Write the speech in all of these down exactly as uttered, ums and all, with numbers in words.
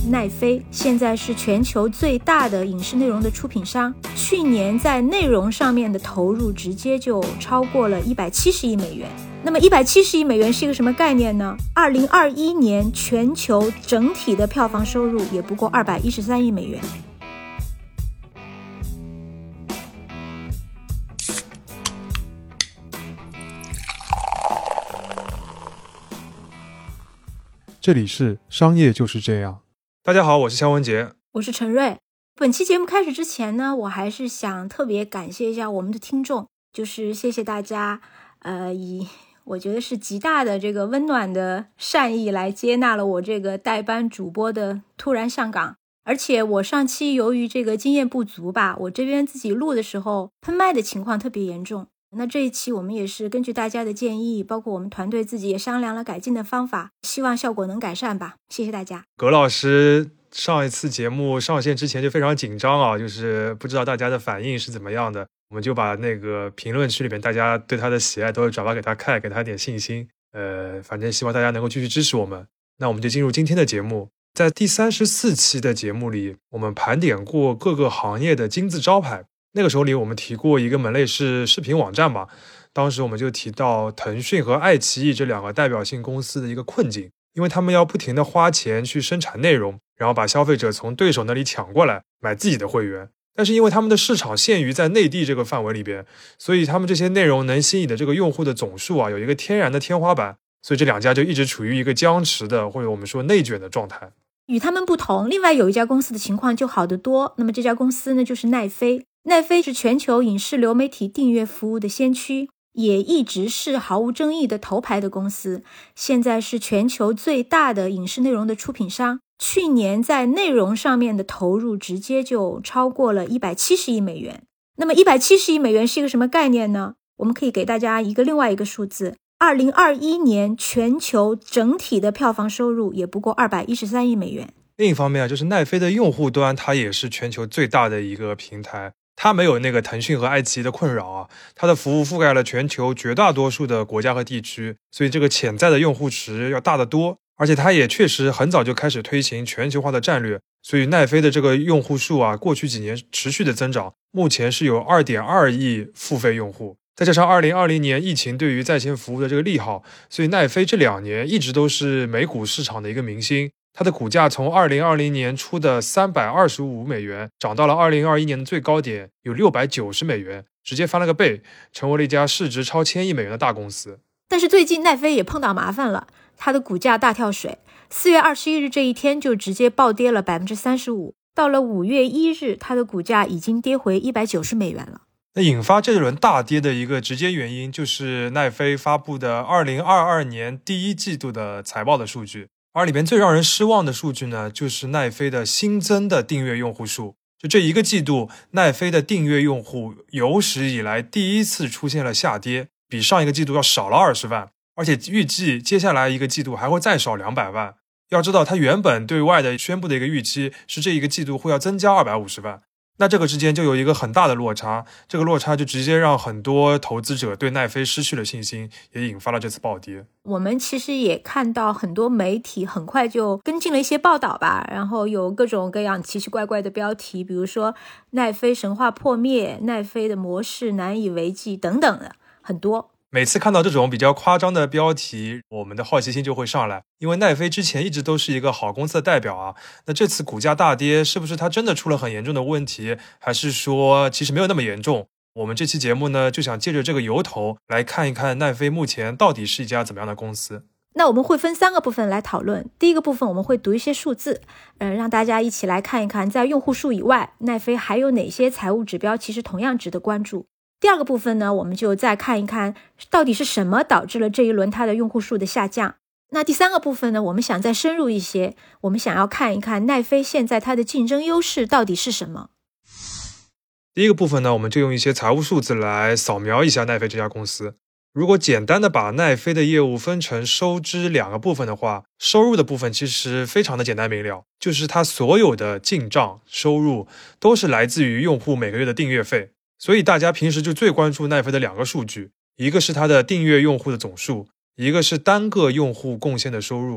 奈飞现在是全球最大的影视内容的出品商，去年在内容上面的投入直接就超过了一百七十亿美元。那么一百七十亿美元是一个什么概念呢？二零二一年全球整体的票房收入也不过二百一十三亿美元。 这里是商业就是这样。 大家好，我是肖文杰， 我是陈瑞。本期节目开始之前呢，我还是想特别感谢一下我们的听众，就是谢谢大家，呃，以我觉得是极大的这个温暖的善意来接纳了我这个代班主播的突然上岗。而且我上期由于这个经验不足吧，我这边自己录的时候喷麦的情况特别严重。那这一期我们也是根据大家的建议，包括我们团队自己也商量了改进的方法，希望效果能改善吧。谢谢大家。 葛老师上一次节目上线之前就非常紧张啊，就是不知道大家的反应是怎么样的，我们就把那个评论区里面大家对他的喜爱都会转发给他看，给他点信心。呃，反正希望大家能够继续支持我们。那我们就进入今天的节目。在第三十四期的节目里，我们盘点过各个行业的金字招牌。那个时候里我们提过一个门类是视频网站吧，当时我们就提到腾讯和爱奇艺这两个代表性公司的一个困境，因为他们要不停的花钱去生产内容，然后把消费者从对手那里抢过来买自己的会员，但是因为他们的市场限于在内地这个范围里边，所以他们这些内容能吸引的这个用户的总数啊有一个天然的天花板，所以这两家就一直处于一个僵持的或者我们说内卷的状态。 与他们不同，另外有一家公司的情况就好得多，那么这家公司呢就是奈飞。奈飞是全球影视流媒体订阅服务的先驱，也一直是毫无争议的头牌的公司，现在是全球最大的影视内容的出品商，去年在内容上面的投入直接就超过了一百七十亿美元。那么一百七十亿美元是一个什么概念呢？我们可以给大家一个另外一个数字，二零二一年全球整体的票房收入也不过二百一十三亿美元。 另一方面啊，就是奈飞的用户端它也是全球最大的一个平台，它没有那个腾讯和爱奇艺的困扰啊，它的服务覆盖了全球绝大多数的国家和地区，所以这个潜在的用户池要大得多。而且它也确实很早就开始推行全球化的战略，所以奈飞的这个用户数啊，过去几年持续的增长，目前是有 二点二亿付费用户。再加上二零二零年疫情对于在线服务的这个利好，所以奈飞这两年一直都是美股市场的一个明星。它的股价从二零二零年初的三百二十五美元涨到了二零二一年的最高点有六百九十美元，直接翻了个倍，成为了一家市值超千亿美元的大公司。 但是最近奈飞也碰到麻烦了，它的股价大跳水，四月二十一日这一天就直接暴跌了 百分之三十五， 到了五月一日它的股价已经跌回一百九十美元了。 那引发这轮大跌的一个直接原因就是奈飞发布的二零二二年第一季度的财报的数据，而里面最让人失望的数据呢，就是奈飞的新增的订阅用户数。就这一个季度，奈飞的订阅用户有史以来第一次出现了下跌，比上一个季度要少了二十万，而且预计接下来一个季度还会再少两百万。要知道，它原本对外的宣布的一个预期是这一个季度会要增加二百五十万。那这个之间就有一个很大的落差，这个落差就直接让很多投资者对奈飞失去了信心，也引发了这次暴跌。 我们其实也看到很多媒体很快就跟进了一些报道吧，然后有各种各样奇奇怪怪的标题，比如说奈飞神话破灭，奈飞的模式难以为继等等的，很多。 每次看到这种比较夸张的标题，我们的好奇心就会上来，因为奈飞之前一直都是一个好公司的代表啊。那这次股价大跌，是不是它真的出了很严重的问题，还是说其实没有那么严重？我们这期节目呢，就想借着这个由头来看一看奈飞目前到底是一家怎么样的公司。 那我们会分三个部分来讨论。第一个部分我们会读一些数字，呃，让大家一起来看一看，在用户数以外，奈飞还有哪些财务指标其实同样值得关注。第二个部分呢，我们就再看一看到底是什么导致了这一轮它的用户数的下降。那第三个部分呢，我们想再深入一些，我们想要看一看奈飞现在它的竞争优势到底是什么。 第一个部分呢，我们就用一些财务数字来扫描一下奈飞这家公司。如果简单的把奈飞的业务分成收支两个部分的话，收入的部分其实非常的简单明了，就是它所有的进账收入都是来自于用户每个月的订阅费。所以大家平时就最关注奈飞的两个数据，一个是它的订阅用户的总数，一个是单个用户贡献的收入。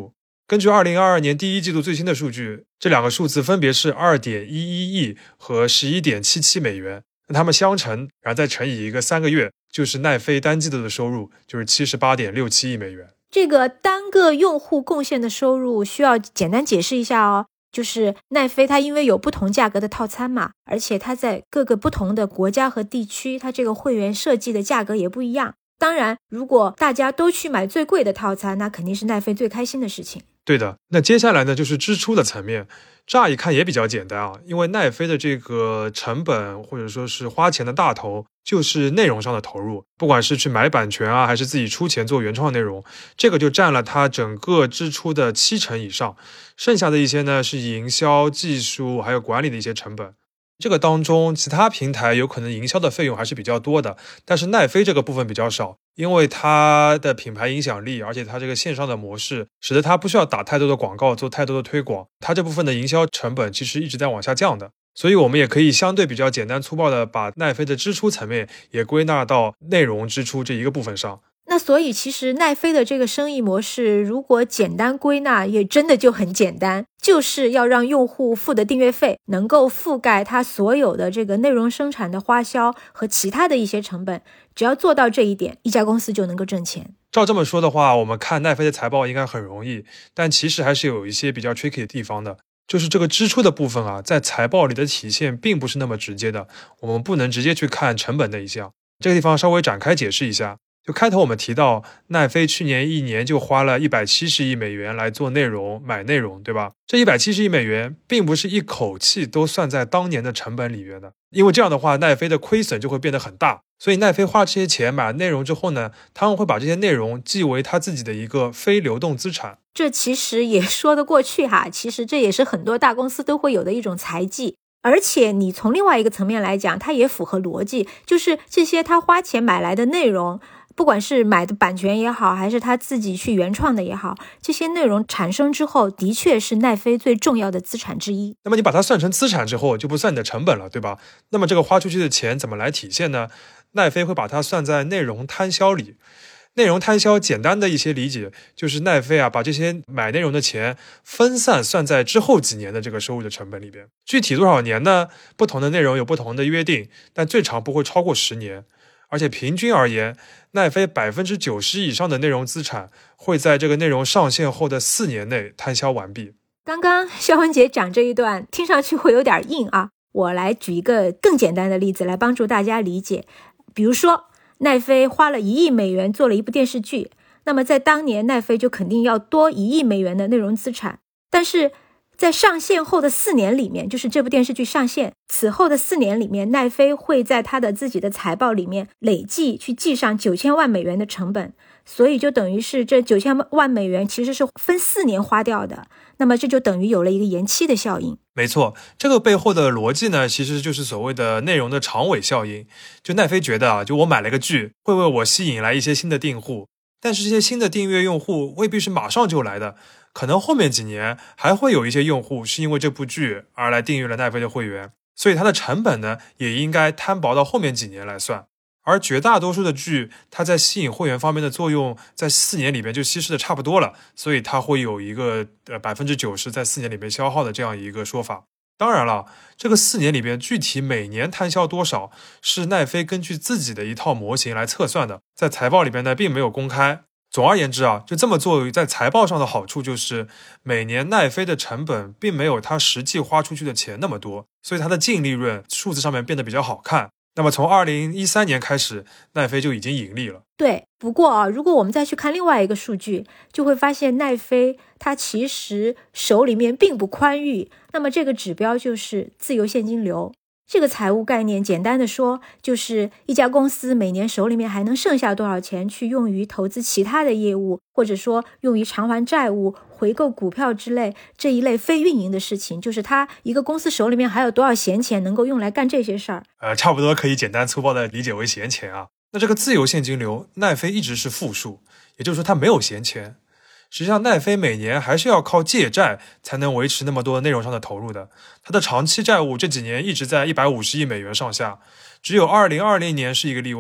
根据二零二二年第一季度最新的数据，这两个数字分别是 二点一一亿和 十一点七七美元。那它们相乘，然后再乘以一个三个月，就是奈飞单季度的收入就是 七十八点六七亿美元。 这个单个用户贡献的收入需要简单解释一下哦，就是奈飞它因为有不同价格的套餐嘛，而且它在各个不同的国家和地区，它这个会员设计的价格也不一样。当然，如果大家都去买最贵的套餐，那肯定是奈飞最开心的事情。 对的，那接下来呢就是支出的层面。乍一看也比较简单啊，因为奈飞的这个成本或者说是花钱的大头就是内容上的投入，不管是去买版权啊，还是自己出钱做原创内容，这个就占了它整个支出的七成以上。剩下的一些呢是营销、技术还有管理的一些成本。这个当中其他平台有可能营销的费用还是比较多的，但是奈飞这个部分比较少，因为它的品牌影响力，而且它这个线上的模式使得它不需要打太多的广告，做太多的推广，它这部分的营销成本其实一直在往下降的。所以我们也可以相对比较简单粗暴的把奈飞的支出层面也归纳到内容支出这一个部分上。 那所以其实奈飞的这个生意模式如果简单归纳也真的就很简单，就是要让用户付的订阅费能够覆盖它所有的这个内容生产的花销和其他的一些成本，只要做到这一点，一家公司就能够挣钱。 照这么说的话，我们看奈飞的财报应该很容易，但其实还是有一些比较 tricky 的地方的，就是这个支出的部分啊，在财报里的体现并不是那么直接的，我们不能直接去看成本那一项。这个地方稍微展开解释一下。就开头我们提到奈飞去年一年就花了一百七十亿美元来做内容买内容，对吧？这一百七十亿美元并不是一口气都算在当年的成本里面的，因为这样的话奈飞的亏损就会变得很大。所以奈飞花这些钱买内容之后呢，他们会把这些内容记为他自己的一个非流动资产。 这其实也说得过去哈，其实这也是很多大公司都会有的一种财技。而且你从另外一个层面来讲，它也符合逻辑，就是这些他花钱买来的内容，不管是买的版权也好，还是他自己去原创的也好，这些内容产生之后的确是奈飞最重要的资产之一。 那么你把它算成资产之后就不算你的成本了，对吧？那么这个花出去的钱怎么来体现呢？奈飞会把它算在内容摊销里。内容摊销简单的一些理解就是奈飞啊把这些买内容的钱分散算在之后几年的这个收入的成本里边。具体多少年呢？不同的内容有不同的约定，但最长不会超过十年。而且平均而言，奈飞 百分之九十 以上的内容资产会在这个内容上线后的四年内摊销完毕。 刚刚肖文杰讲这一段听上去会有点硬啊，我来举一个更简单的例子来帮助大家理解。比如说奈飞花了一亿美元做了一部电视剧，那么在当年奈飞就肯定要多一亿美元的内容资产，但是在上线后的四年里面，就是这部电视剧上线此后的四年里面，奈飞会在他的自己的财报里面累计去记上九千万美元的成本，所以就等于是这九千万美元其实是分四年花掉的，那么这就等于有了一个延期的效应。 没错，这个背后的逻辑呢，其实就是所谓的内容的长尾效应。就奈飞觉得啊，就我买了个剧，会为我吸引来一些新的订户，但是这些新的订阅用户未必是马上就来的，可能后面几年还会有一些用户是因为这部剧而来订阅了奈飞的会员，所以它的成本呢，也应该摊薄到后面几年来算。而绝大多数的剧，它在吸引会员方面的作用，在四年里面就稀释的差不多了，所以它会有一个呃百分之九十在四年里面消耗的这样一个说法。当然了，这个四年里边具体每年摊销多少，是奈飞根据自己的一套模型来测算的，在财报里边呢并没有公开。总而言之啊，就这么做在财报上的好处就是，每年奈飞的成本并没有它实际花出去的钱那么多，所以它的净利润数字上面变得比较好看。那么从二零一三年开始，奈飞就已经盈利了。 对，不过啊，如果我们再去看另外一个数据，就会发现奈飞它其实手里面并不宽裕，那么这个指标就是自由现金流。这个财务概念简单的说，就是一家公司每年手里面还能剩下多少钱去用于投资其他的业务，或者说用于偿还债务、回购股票之类这一类非运营的事情，就是他一个公司手里面还有多少闲钱能够用来干这些事儿。 呃，差不多可以简单粗暴的理解为闲钱啊。那这个自由现金流，奈飞一直是负数，也就是说它没有闲钱。实际上奈飞每年还是要靠借债才能维持那么多内容上的投入的，它的长期债务这几年一直在一百五十亿美元上下，只有二零二零年是一个例外。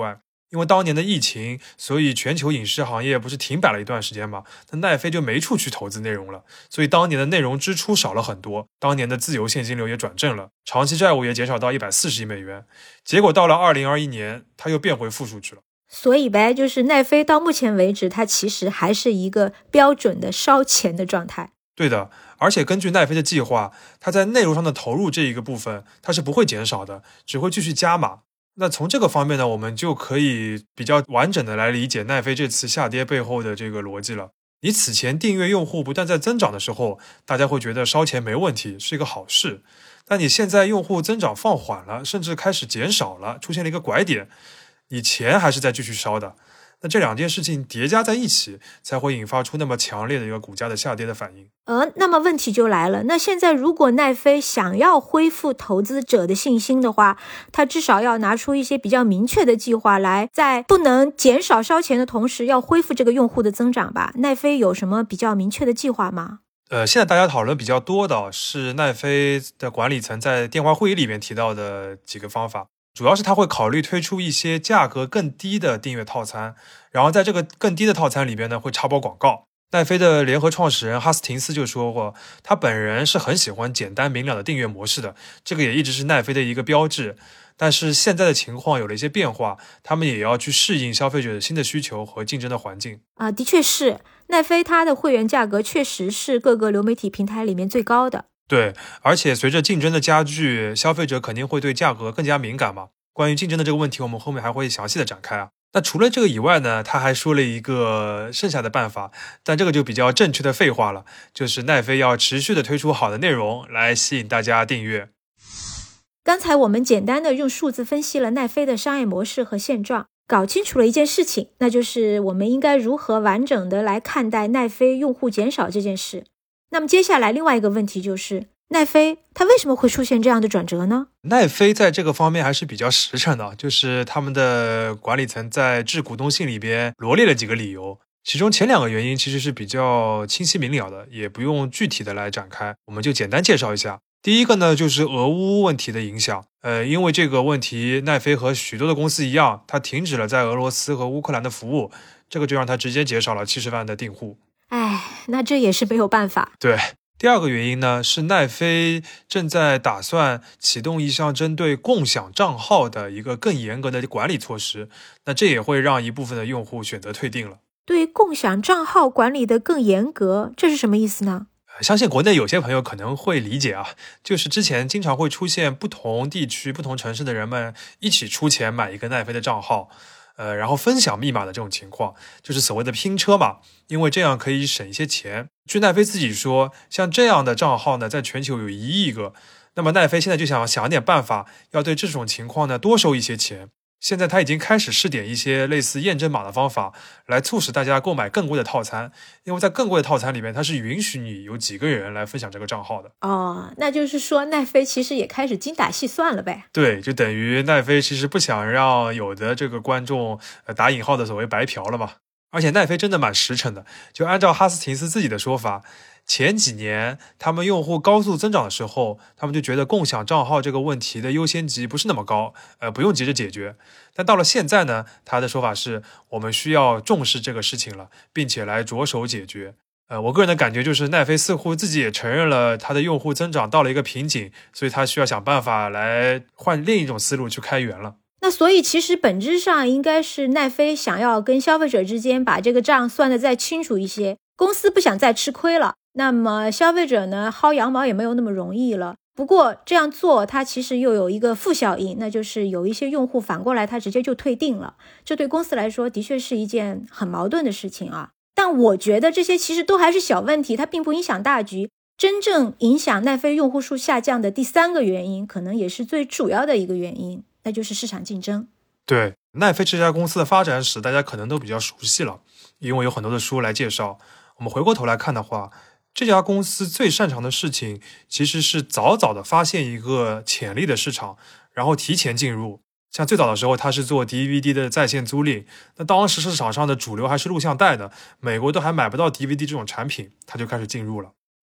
因为当年的疫情，所以全球影视行业不是停摆了一段时间嘛，那奈飞就没处去投资内容了，所以当年的内容支出少了很多，当年的自由现金流也转正了，长期债务也减少到一百四十亿美元。结果到了二零二一年，它又变回负数去了。 所以呗，就是奈飞到目前为止，它其实还是一个标准的烧钱的状态。 对的，而且根据奈飞的计划，它在内容上的投入这一个部分，它是不会减少的，只会继续加码。那从这个方面呢，我们就可以比较完整的来理解奈飞这次下跌背后的这个逻辑了。你此前订阅用户不断在增长的时候，大家会觉得烧钱没问题，是一个好事。但你现在用户增长放缓了，甚至开始减少了，出现了一个拐点，你钱还是在继续烧的。那这两件事情叠加在一起，才会引发出那么强烈的一个股价的下跌的反应。 呃，那么问题就来了，那现在如果奈飞想要恢复投资者的信心的话，他至少要拿出一些比较明确的计划来，在不能减少烧钱的同时，要恢复这个用户的增长吧？奈飞有什么比较明确的计划吗？ 呃，现在大家讨论比较多的是奈飞的管理层在电话会议里面提到的几个方法。主要是他会考虑推出一些价格更低的订阅套餐，然后在这个更低的套餐里边呢，会插播广告。奈飞的联合创始人哈斯廷斯就说过，他本人是很喜欢简单明了的订阅模式的，这个也一直是奈飞的一个标志。但是现在的情况有了一些变化，他们也要去适应消费者的新的需求和竞争的环境啊，的确是，奈飞它的会员价格确实是各个流媒体平台里面最高的。 对，而且随着竞争的加剧，消费者肯定会对价格更加敏感嘛。关于竞争的这个问题，我们后面还会详细的展开啊。那除了这个以外呢，他还说了一个剩下的办法，但这个就比较正确的废话了，就是奈飞要持续的推出好的内容来吸引大家订阅。 刚才我们简单的用数字分析了奈飞的商业模式和现状，搞清楚了一件事情，那就是我们应该如何完整的来看待奈飞用户减少这件事。那么接下来另外一个问题就是，奈飞它为什么会出现这样的转折呢？ 奈飞在这个方面还是比较实诚的，就是他们的管理层在致股东信里边罗列了几个理由，其中前两个原因其实是比较清晰明了的，也不用具体的来展开，我们就简单介绍一下。第一个呢，就是俄乌问题的影响。呃，因为这个问题，奈飞和许多的公司一样，它停止了在俄罗斯和乌克兰的服务，这个就让它直接减少了七十万的订户。 哎，那这也是没有办法。 对。第二个原因呢，是奈飞正在打算启动一项针对共享账号的一个更严格的管理措施，那这也会让一部分的用户选择退订了。 对共享账号管理的更严格，这是什么意思呢？ 相信国内有些朋友可能会理解啊，就是之前经常会出现不同地区、不同城市的人们一起出钱买一个奈飞的账号，呃，然后分享密码的这种情况，就是所谓的拼车嘛，因为这样可以省一些钱。据奈飞自己说，像这样的账号呢，在全球有一亿个，那么奈飞现在就想想点办法，要对这种情况呢多收一些钱。现在他已经开始试点一些类似验证码的方法，来促使大家购买更贵的套餐，因为在更贵的套餐里面，它是允许你有几个人来分享这个账号的。 哦，那就是说奈飞其实也开始精打细算了呗。 对，就等于奈飞其实不想让有的这个观众呃打引号的所谓白嫖了嘛。而且奈飞真的蛮实诚的，就按照哈斯廷斯自己的说法，前几年他们用户高速增长的时候，他们就觉得共享账号这个问题的优先级不是那么高，呃，不用急着解决。但到了现在呢，他的说法是我们需要重视这个事情了，并且来着手解决。呃，我个人的感觉就是奈飞似乎自己也承认了他的用户增长到了一个瓶颈，所以他需要想办法来换另一种思路去开源了。 那所以其实本质上应该是奈飞想要跟消费者之间把这个账算得再清楚一些，公司不想再吃亏了，那么消费者呢薅羊毛也没有那么容易了。不过这样做它其实又有一个负效应，那就是有一些用户反过来他直接就退订了，这对公司来说的确是一件很矛盾的事情啊。但我觉得这些其实都还是小问题，它并不影响大局。真正影响奈飞用户数下降的第三个原因，可能也是最主要的一个原因，那就是市场竞争。 对，奈飞这家公司的发展史大家可能都比较熟悉了，因为有很多的书来介绍。我们回过头来看的话，这家公司最擅长的事情其实是早早的发现一个潜力的市场，然后提前进入。像最早的时候它是做 D V D 的在线租赁，那当时市场上的主流还是录像带的，美国都还买不到 D V D 这种产品，它就开始进入了。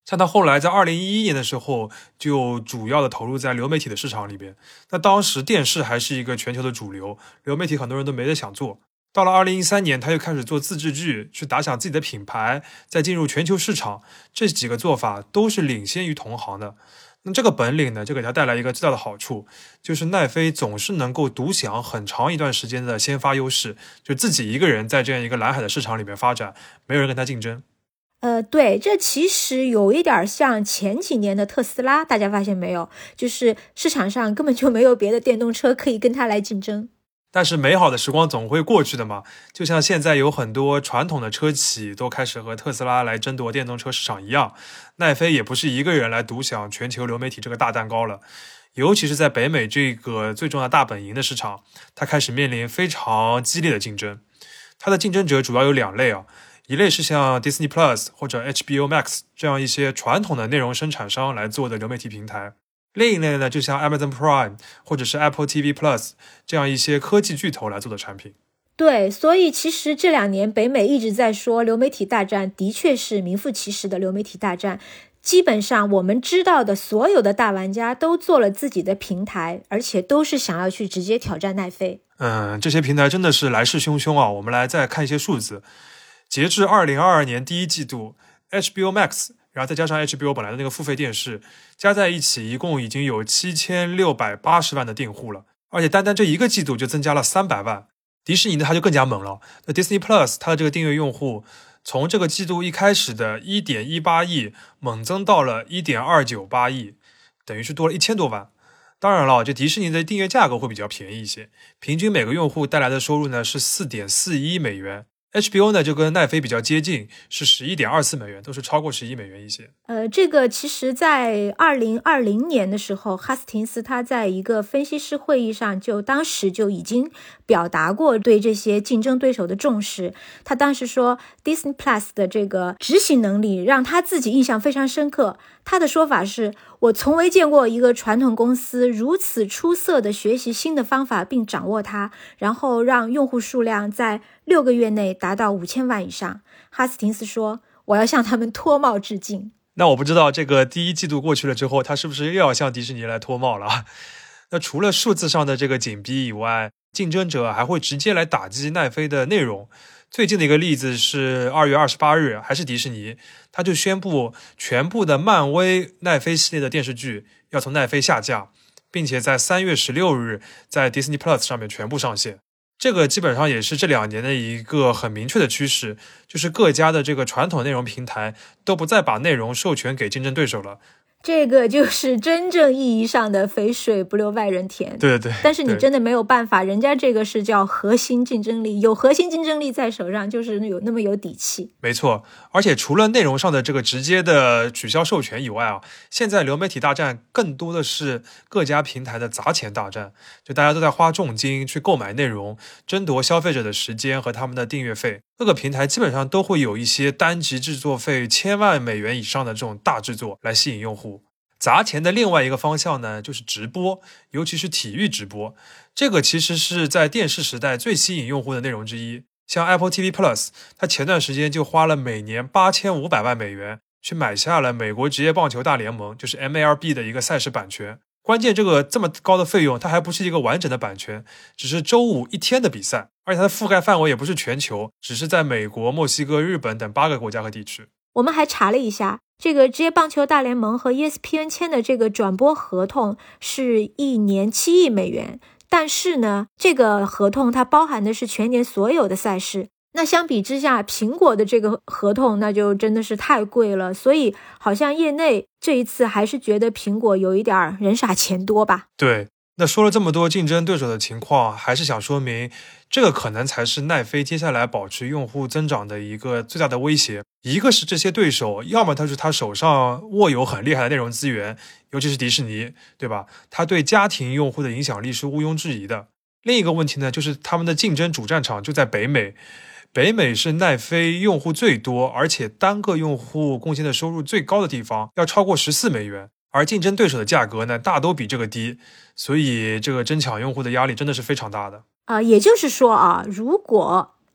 像他后来在二零一一年的时候，就主要的投入在流媒体的市场里边。那当时电视还是一个全球的主流，流媒体很多人都没得想做。到了二零一三年，他又开始做自制剧，去打响自己的品牌，再进入全球市场，这几个做法都是领先于同行的。那这个本领呢，就给他带来一个最大的好处，就是奈飞总是能够独享很长一段时间的先发优势，就自己一个人在这样一个蓝海的市场里面发展，没有人跟他竞争。 呃，对，这其实有一点像前几年的特斯拉，大家发现没有？就是市场上根本就没有别的电动车可以跟它来竞争。 但是美好的时光总会过去的嘛，就像现在有很多传统的车企都开始和特斯拉来争夺电动车市场一样，奈飞也不是一个人来独享全球流媒体这个大蛋糕了。尤其是在北美这个最重要的大本营的市场，它开始面临非常激烈的竞争。它的竞争者主要有两类啊，一类是像 Disney Plus 或者 H B O Max 这样一些传统的内容生产商来做的流媒体平台，另一类呢就像 Amazon Prime 或者是 Apple T V Plus 这样一些科技巨头来做的产品。 对，所以其实这两年北美一直在说流媒体大战的确是名副其实的流媒体大战，基本上我们知道的所有的大玩家都做了自己的平台，而且都是想要去直接挑战奈飞。 嗯，这些平台真的是来势汹汹啊！我们来再看一些数字。截至二零二二年第一季度 H B O Max 然后再加上 H B O 本来的那个付费电视加在一起，一共已经有七千六百八十万的订户了，而且单单这一个季度就增加了三百万。迪士尼呢它就更加猛了，那 Disney Plus 它的这个订阅用户从这个季度一开始的 一点一八亿猛增到了 一点二九八亿，等于是多了一千多万。当然了，这迪士尼的订阅价格会比较便宜一些，平均每个用户带来的收入呢是 四点四一美元。H B O 呢就跟奈飞比较接近，是 十一点二四美元，都是超过十一美元一些。 呃，这个其实在二零二零年的时候，哈斯廷斯他在一个分析师会议上就当时就已经表达过对这些竞争对手的重视。他当时说 Disney Plus 的这个执行能力让他自己印象非常深刻。他的说法是，我从未见过一个传统公司如此出色的学习新的方法并掌握它，然后让用户数量在六个月内达到五千万以上。哈斯廷斯说，我要向他们脱帽致敬。 那我不知道这个第一季度过去了之后，他是不是又要向迪士尼来脱帽了？那除了数字上的这个紧逼以外，竞争者还会直接来打击奈飞的内容。最近的一个例子是二月二十八日，还是迪士尼，他就宣布全部的漫威奈飞系列的电视剧要从奈飞下架，并且在三月十六日在 Disney Plus 上面全部上线。这个基本上也是这两年的一个很明确的趋势，就是各家的这个传统内容平台都不再把内容授权给竞争对手了。 这个就是真正意义上的肥水不流外人田。 对对对， 但是你真的没有办法，人家这个是叫核心竞争力，有核心竞争力在手上，就是有那么有底气。 没错，而且除了内容上的这个直接的取消授权以外啊，现在流媒体大战更多的是各家平台的砸钱大战，就大家都在花重金去购买内容，争夺消费者的时间和他们的订阅费。各个平台基本上都会有一些单集制作费千万美元以上的这种大制作来吸引用户。砸钱的另外一个方向呢，就是直播，尤其是体育直播。这个其实是在电视时代最吸引用户的内容之一。像 Apple T V Plus， 它前段时间就花了每年八千五百万美元去买下了美国职业棒球大联盟，就是 M L B 的一个赛事版权。关键这个这么高的费用，它还不是一个完整的版权，只是周五一天的比赛，而且它的覆盖范围也不是全球，只是在美国、墨西哥、日本等八个国家和地区。 我们还查了一下，这个职业棒球大联盟和 E S P N 签的这个转播合同是一年七亿美元，但是呢，这个合同它包含的是全年所有的赛事。那相比之下，苹果的这个合同那就真的是太贵了，所以好像业内这一次还是觉得苹果有一点人傻钱多吧。 对，那说了这么多竞争对手的情况，还是想说明这个可能才是奈飞接下来保持用户增长的一个最大的威胁。一个是这些对手，要么他是他手上握有很厉害的内容资源，尤其是迪士尼，对吧？他对家庭用户的影响力是毋庸置疑的。另一个问题呢，就是他们的竞争主战场就在北美。北美是奈飞用户最多，而且单个用户贡献的收入最高的地方，要超过十四美元，而竞争对手的价格呢，大都比这个低，所以这个争抢用户的压力真的是非常大的。 啊、呃，也就是说啊，如果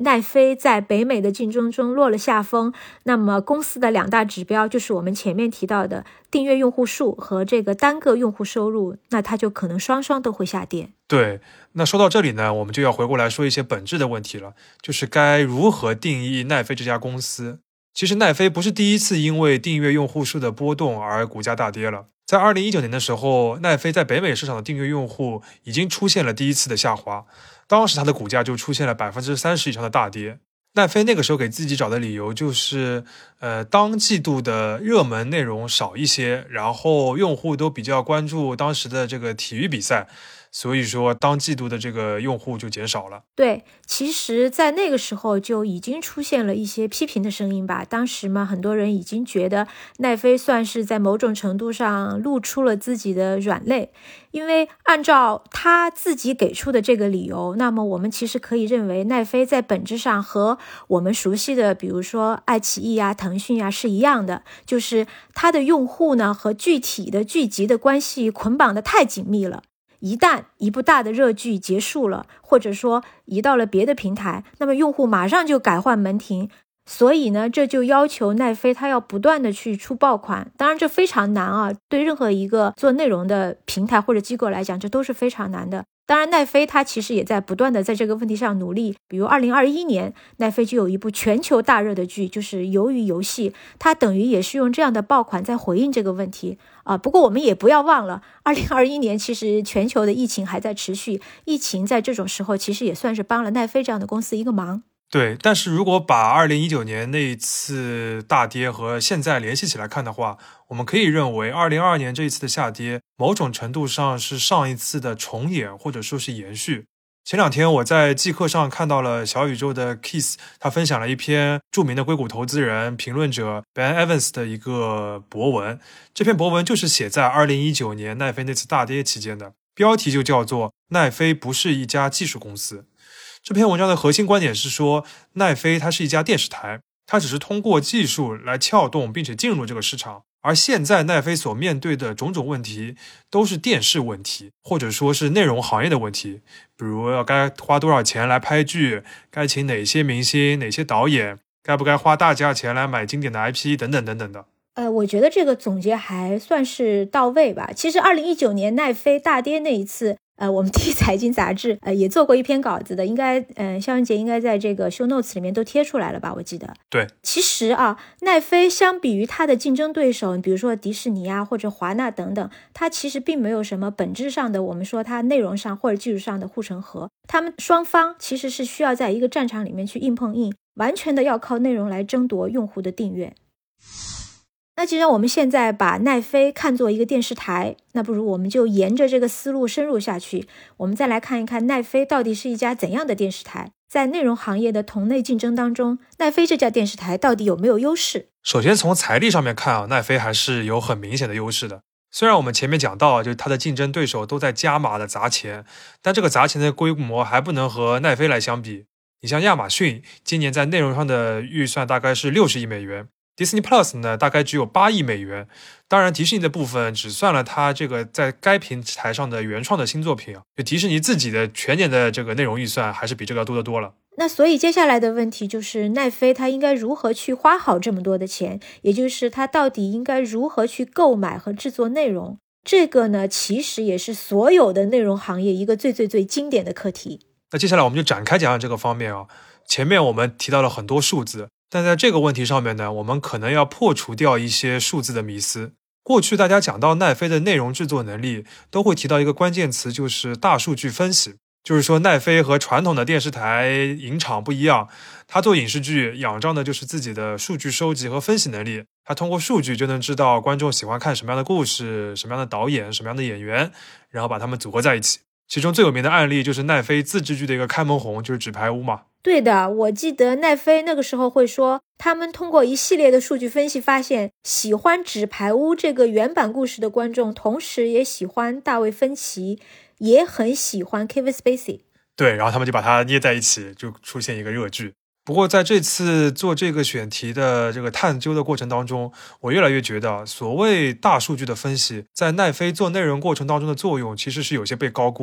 奈飞在北美的竞争中落了下风，那么公司的两大指标就是我们前面提到的订阅用户数和这个单个用户收入，那它就可能双双都会下跌。 对，那说到这里呢，我们就要回过来说一些本质的问题了，就是该如何定义奈飞这家公司。其实奈飞不是第一次因为订阅用户数的波动而股价大跌了。在二零一九年的时候，奈飞在北美市场的订阅用户已经出现了第一次的下滑，当时它的股价就出现了百分之三十以上的大跌。奈飞那个时候给自己找的理由就是，呃，当季度的热门内容少一些，然后用户都比较关注当时的这个体育比赛，所以说当季度的这个用户就减少了。 对，其实在那个时候就已经出现了一些批评的声音吧。当时嘛，很多人已经觉得奈飞算是在某种程度上露出了自己的软肋，因为按照他自己给出的这个理由，那么我们其实可以认为奈飞在本质上和我们熟悉的比如说爱奇艺啊、腾讯啊是一样的，就是它的用户呢和具体的剧集的关系捆绑的太紧密了。一旦一部大的热剧结束了，或者说移到了别的平台，那么用户马上就改换门庭，所以呢，这就要求奈飞它要不断的去出爆款。当然这非常难啊，对任何一个做内容的平台或者机构来讲，这都是非常难的。当然奈飞它其实也在不断的在这个问题上努力，比如二零二一年奈飞就有一部全球大热的剧，就是鱿鱼游戏，它等于也是用这样的爆款在回应这个问题啊。不过我们也不要忘了二零二一年其实全球的疫情还在持续，疫情在这种时候其实也算是帮了奈飞这样的公司一个忙。 对，但是如果把二零一九年那一次大跌和现在联系起来看的话，我们可以认为二零二二年这一次的下跌某种程度上是上一次的重演或者说是延续。前两天我在季课上看到了小宇宙的 Kiss， 他分享了一篇著名的硅谷投资人评论者 Ben Evans 的一个博文，这篇博文就是写在二零一九年奈飞那次大跌期间的，标题就叫做奈飞不是一家技术公司。这篇文章的核心观点是说，奈飞它是一家电视台，它只是通过技术来撬动并且进入这个市场，而现在奈飞所面对的种种问题都是电视问题，或者说是内容行业的问题，比如要该花多少钱来拍剧，该请哪些明星哪些导演，该不该花大价钱来买经典的 I P 等等等等的。 呃，我觉得这个总结还算是到位吧。其实二零一九年奈飞大跌那一次，呃，我们第一财经杂志呃也做过一篇稿子的，应该呃肖文杰应该在这个 show notes 里面都贴出来了吧，我记得。 对， 其实啊，奈飞相比于它的竞争对手，比如说迪士尼啊或者华纳等等，它其实并没有什么本质上的我们说它内容上或者技术上的护城河，他们双方其实是需要在一个战场里面去硬碰硬，完全的要靠内容来争夺用户的订阅。那既然我们现在把奈飞看作一个电视台，那不如我们就沿着这个思路深入下去，我们再来看一看奈飞到底是一家怎样的电视台，在内容行业的同类竞争当中，奈飞这家电视台到底有没有优势。 首先从财力上面看啊，奈飞还是有很明显的优势的。虽然我们前面讲到就是它的竞争对手都在加码的砸钱，但这个砸钱的规模还不能和奈飞来相比。你像亚马逊今年在内容上的预算大概是六十亿美元，Disney Plus 呢大概只有八亿美元。当然迪士尼的部分只算了它这个在该平台上的原创的新作品啊，就迪士尼自己的全年的这个内容预算还是比这个要多得多了。 那所以接下来的问题就是奈飞它应该如何去花好这么多的钱，也就是它到底应该如何去购买和制作内容。这个呢其实也是所有的内容行业一个最最最经典的课题。 那接下来我们就展开讲讲这个方面啊。前面我们提到了很多数字，但在这个问题上面呢，我们可能要破除掉一些数字的迷思。过去大家讲到奈飞的内容制作能力，都会提到一个关键词，就是大数据分析。就是说奈飞和传统的电视台影厂不一样，它做影视剧仰仗的就是自己的数据收集和分析能力，它通过数据就能知道观众喜欢看什么样的故事，什么样的导演，什么样的演员，然后把它们组合在一起。其中最有名的案例就是奈飞自制剧的一个开门红，就是纸牌屋嘛。 对的，我记得奈飞那个时候会说，他们通过一系列的数据分析发现，喜欢纸牌屋这个原版故事的观众，同时也喜欢大卫芬奇，也很喜欢 Kevin Spacey。 对，然后他们就把它捏在一起，就出现一个热剧。不过在这次做这个选题的这个探究的过程当中，我越来越觉得所谓大数据的分析在奈飞做内容过程当中的作用其实是有些被高估了。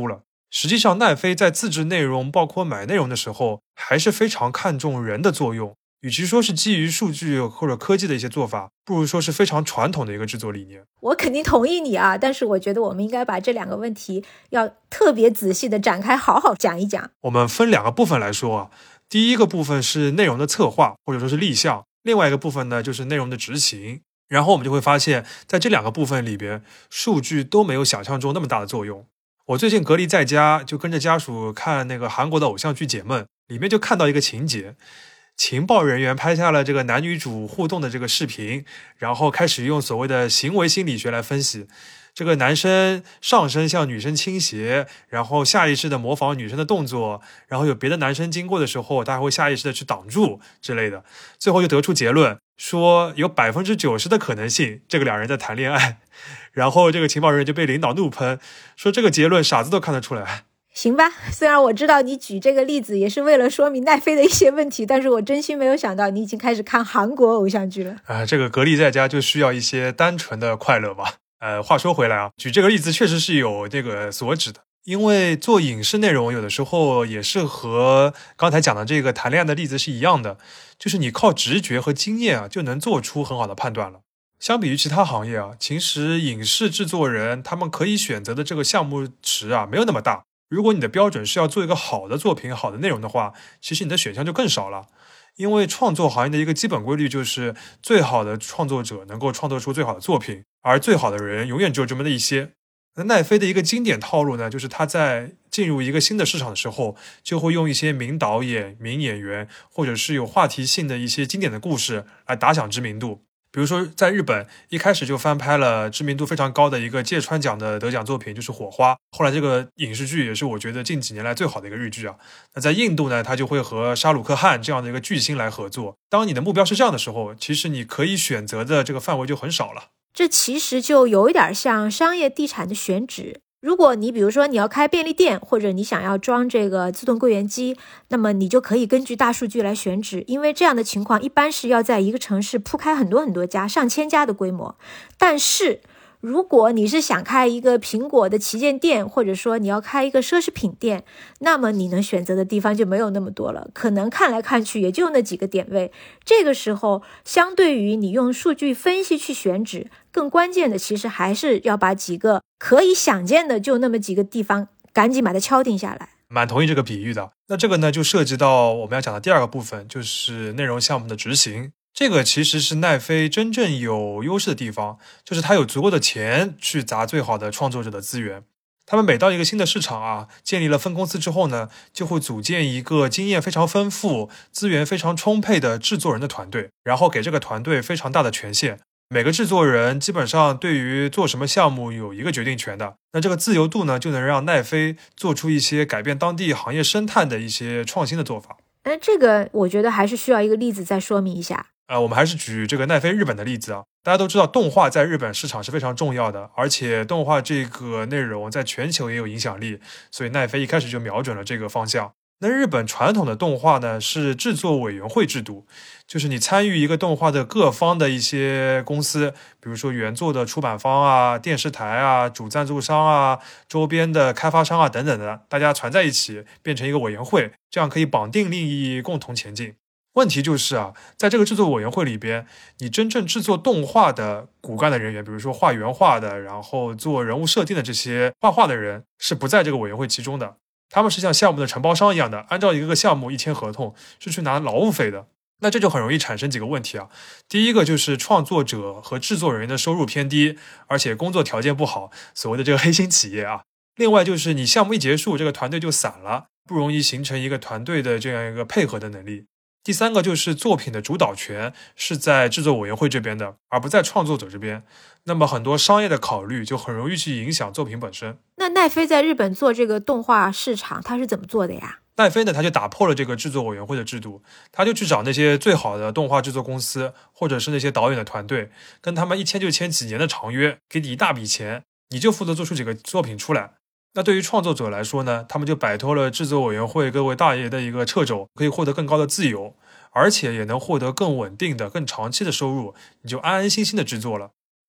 实际上奈飞在自制内容包括买内容的时候还是非常看重人的作用，与其说是基于数据或者科技的一些做法，不如说是非常传统的一个制作理念。 我肯定同意你啊，但是我觉得我们应该把这两个问题要特别仔细的展开好好讲一讲。 我们分两个部分来说啊，第一个部分是内容的策划或者说是立项，另外一个部分呢就是内容的执行。然后我们就会发现在这两个部分里边，数据都没有想象中那么大的作用。我最近隔离在家，就跟着家属看那个韩国的偶像剧《解闷》，里面就看到一个情节，情报人员拍下了这个男女主互动的这个视频，然后开始用所谓的行为心理学来分析，这个男生上身向女生倾斜，然后下意识的模仿女生的动作，然后有别的男生经过的时候，他还会下意识的去挡住之类的，最后就得出结论说有百分之九十的可能性这个两人在谈恋爱。然后这个情报人员就被领导怒喷，说这个结论傻子都看得出来。 行吧，虽然我知道你举这个例子也是为了说明奈飞的一些问题，但是我真心没有想到你已经开始看韩国偶像剧了。 啊、呃，这个隔离在家就需要一些单纯的快乐嘛。呃，话说回来啊，举这个例子确实是有这个所指的，因为做影视内容有的时候也是和刚才讲的这个谈恋爱的例子是一样的，就是你靠直觉和经验啊就能做出很好的判断了。相比于其他行业啊，其实影视制作人他们可以选择的这个项目池啊没有那么大。如果你的标准是要做一个好的作品、好的内容的话，其实你的选项就更少了。因为创作行业的一个基本规律就是最好的创作者能够创作出最好的作品，而最好的人永远只有这么的一些。那奈飞的一个经典套路呢，就是他在进入一个新的市场的时候，就会用一些名导演、名演员，或者是有话题性的一些经典的故事来打响知名度。比如说在日本一开始就翻拍了知名度非常高的一个芥川奖的得奖作品，就是《火花》，后来这个影视剧也是我觉得近几年来最好的一个日剧啊。那在印度呢，他就会和沙鲁克汗这样的一个巨星来合作。当你的目标是这样的时候，其实你可以选择的这个范围就很少了。 这其实就有一点像商业地产的选址。如果你比如说你要开便利店，或者你想要装这个自动柜员机，那么你就可以根据大数据来选址，因为这样的情况一般是要在一个城市铺开很多很多家，上千家的规模。但是如果你是想开一个苹果的旗舰店，或者说你要开一个奢侈品店，那么你能选择的地方就没有那么多了，可能看来看去也就那几个点位。这个时候相对于你用数据分析去选址，更关键的其实还是要把几个可以想见的就那么几个地方赶紧把它敲定下来。 蛮同意这个比喻的。那这个呢就涉及到我们要讲的第二个部分，就是内容项目的执行。这个其实是奈飞真正有优势的地方，就是它有足够的钱去砸最好的创作者的资源。他们每到一个新的市场啊，建立了分公司之后呢，就会组建一个经验非常丰富、资源非常充沛的制作人的团队，然后给这个团队非常大的权限。每个制作人基本上对于做什么项目有一个决定权的，那这个自由度呢，就能让奈飞做出一些改变当地行业生态的一些创新的做法。 那这个我觉得还是需要一个例子再说明一下。 呃，我们还是举这个奈飞日本的例子啊。大家都知道动画在日本市场是非常重要的，而且动画这个内容在全球也有影响力，所以奈飞一开始就瞄准了这个方向。那日本传统的动画呢是制作委员会制度，就是你参与一个动画的各方的一些公司，比如说原作的出版方啊、电视台啊、主赞助商啊、周边的开发商啊等等的，大家团在一起变成一个委员会，这样可以绑定利益，共同前进。问题就是啊，在这个制作委员会里边，你真正制作动画的骨干的人员，比如说画原画的，然后做人物设定的这些画画的人，是不在这个委员会其中的。他们是像项目的承包商一样的，按照一个个项目一签合同，是去拿劳务费的。那这就很容易产生几个问题啊。第一个就是创作者和制作人员的收入偏低，而且工作条件不好，所谓的这个黑心企业啊。另外就是你项目一结束，这个团队就散了，不容易形成一个团队的这样一个配合的能力。第三个就是作品的主导权是在制作委员会这边的，而不在创作者这边。那么很多商业的考虑就很容易去影响作品本身。 那奈飞在日本做这个动画市场，它是怎么做的呀？ 奈飞呢，他就打破了这个制作委员会的制度，他就去找那些最好的动画制作公司，或者是那些导演的团队，跟他们一签就签几年的长约，给你一大笔钱，你就负责做出几个作品出来。那对于创作者来说呢，他们就摆脱了制作委员会各位大爷的一个掣肘，可以获得更高的自由，而且也能获得更稳定的、更长期的收入，你就安安心心的制作了。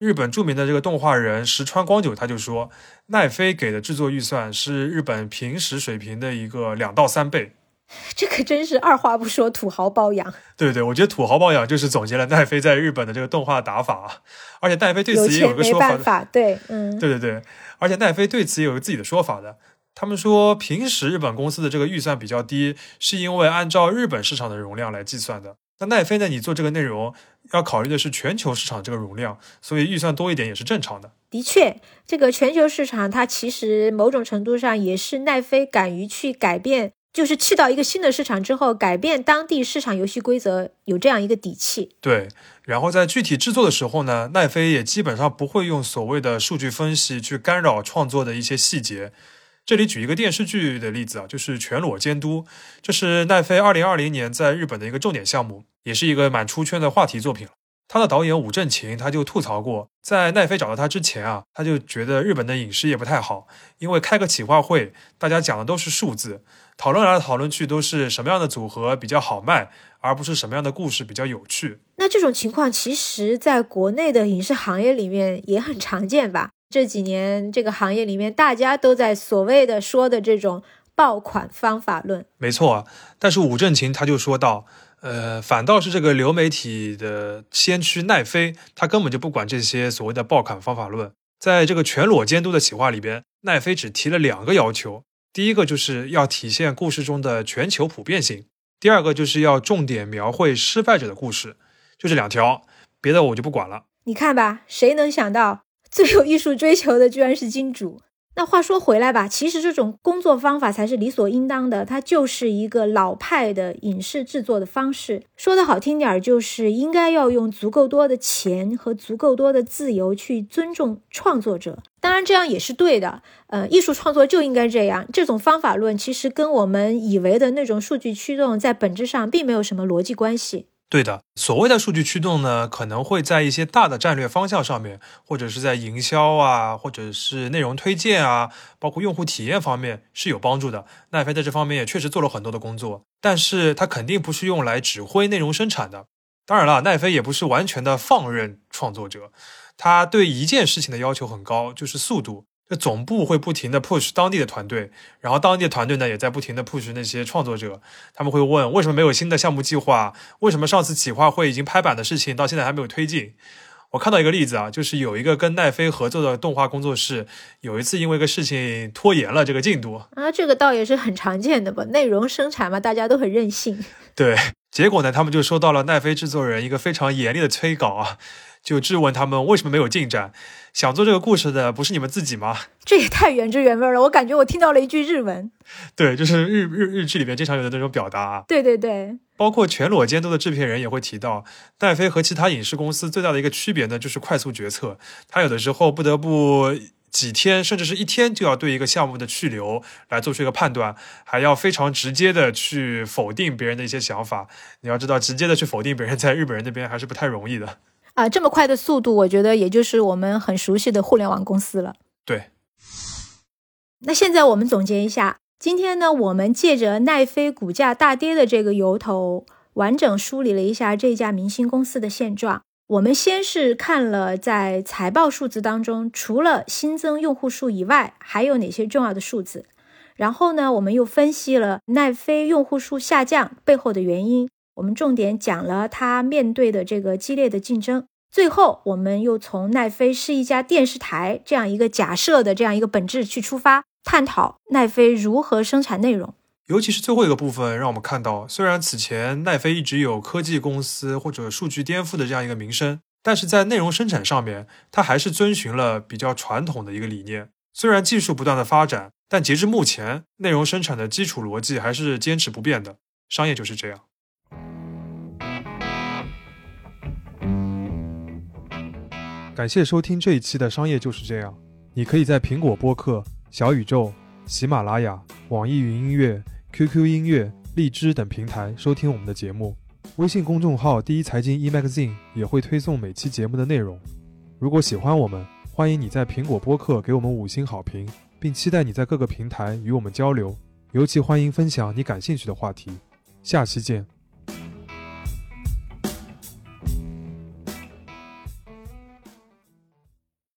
日本著名的这个动画人石川光久他就说，奈飞给的制作预算是日本平时水平的一个两到三倍。 这个真是二话不说土豪包养。 对对，我觉得土豪包养就是总结了奈飞在日本的这个动画打法，而且奈飞对此也有一个说法。 有钱没办法，对，嗯， 对对对，而且奈飞对此也有自己的说法的。他们说，平时日本公司的这个预算比较低，是因为按照日本市场的容量来计算的。那奈飞呢，你做这个内容要考虑的是全球市场这个容量，所以预算多一点也是正常的。 的确，这个全球市场它其实某种程度上也是奈飞敢于去改变，就是去到一个新的市场之后改变当地市场游戏规则，有这样一个底气。 对，然后在具体制作的时候呢，奈飞也基本上不会用所谓的数据分析去干扰创作的一些细节。这里举一个电视剧的例子啊，就是全裸监督，这是奈飞二零二零年在日本的一个重点项目，也是一个蛮出圈的话题作品了。他的导演武正勤他就吐槽过，在奈飞找到他之前啊，他就觉得日本的影视业不太好，因为开个企划会，大家讲的都是数字，讨论来讨论去都是什么样的组合比较好卖，而不是什么样的故事比较有趣。 那这种情况其实在国内的影视行业里面也很常见吧？这几年这个行业里面大家都在所谓的说的这种爆款方法论。 没错啊，但是武正勤他就说到，呃，反倒是这个流媒体的先驱奈飞，他根本就不管这些所谓的爆款方法论。在这个全裸监督的企划里边，奈飞只提了两个要求，第一个就是要体现故事中的全球普遍性，第二个就是要重点描绘失败者的故事，就这两条，别的我就不管了。 你看吧，谁能想到最有艺术追求的居然是金主。那话说回来吧，其实这种工作方法才是理所应当的，它就是一个老派的影视制作的方式。说的好听点，就是应该要用足够多的钱和足够多的自由去尊重创作者。当然这样也是对的，呃，艺术创作就应该这样。这种方法论其实跟我们以为的那种数据驱动在本质上并没有什么逻辑关系。 对的，所谓的数据驱动呢，可能会在一些大的战略方向上面，或者是在营销啊，或者是内容推荐啊，包括用户体验方面是有帮助的。奈飞在这方面也确实做了很多的工作，但是它肯定不是用来指挥内容生产的。当然了，奈飞也不是完全的放任创作者，他对一件事情的要求很高，就是速度。这总部会不停的 push 当地的团队，然后当地的团队呢也在不停的 push 那些创作者，他们会问为什么没有新的项目计划，为什么上次企划会已经拍板的事情到现在还没有推进。我看到一个例子啊，就是有一个跟奈飞合作的动画工作室，有一次因为一个事情拖延了这个进度啊，这个倒也是很常见的吧，内容生产嘛，大家都很任性。 对，结果呢他们就收到了奈飞制作人一个非常严厉的催稿啊，就质问他们为什么没有进展，想做这个故事的不是你们自己吗？ 这也太原汁原味了，我感觉我听到了一句日文。 对，就是日日日剧里面经常有的那种表达啊。 对对对， 包括全裸监督的制片人也会提到，奈飞和其他影视公司最大的一个区别呢，就是快速决策。他有的时候不得不几天甚至是一天就要对一个项目的去留来做出一个判断，还要非常直接的去否定别人的一些想法。你要知道，直接的去否定别人，在日本人那边还是不太容易的啊、呃，这么快的速度，我觉得也就是我们很熟悉的互联网公司了。 对。 那现在我们总结一下，今天呢，我们借着奈飞股价大跌的这个由头，完整梳理了一下这家明星公司的现状。我们先是看了在财报数字当中，除了新增用户数以外，还有哪些重要的数字。然后呢，我们又分析了奈飞用户数下降背后的原因，我们重点讲了它面对的这个激烈的竞争。最后我们又从奈飞是一家电视台这样一个假设的这样一个本质去出发，探讨奈飞如何生产内容。 尤其是最后一个部分，让我们看到，虽然此前奈飞一直有科技公司或者数据颠覆的这样一个名声，但是在内容生产上面，它还是遵循了比较传统的一个理念。虽然技术不断的发展，但截至目前，内容生产的基础逻辑还是坚持不变的。商业就是这样。 感谢收听这一期的商业就是这样。你可以在苹果播客、小宇宙、喜马拉雅、网易云音乐、Q Q 音乐、荔枝等平台收听我们的节目。微信公众号第一财经 e-magazine 也会推送每期节目的内容。如果喜欢我们，欢迎你在苹果播客给我们五星好评，并期待你在各个平台与我们交流，尤其欢迎分享你感兴趣的话题。下期见。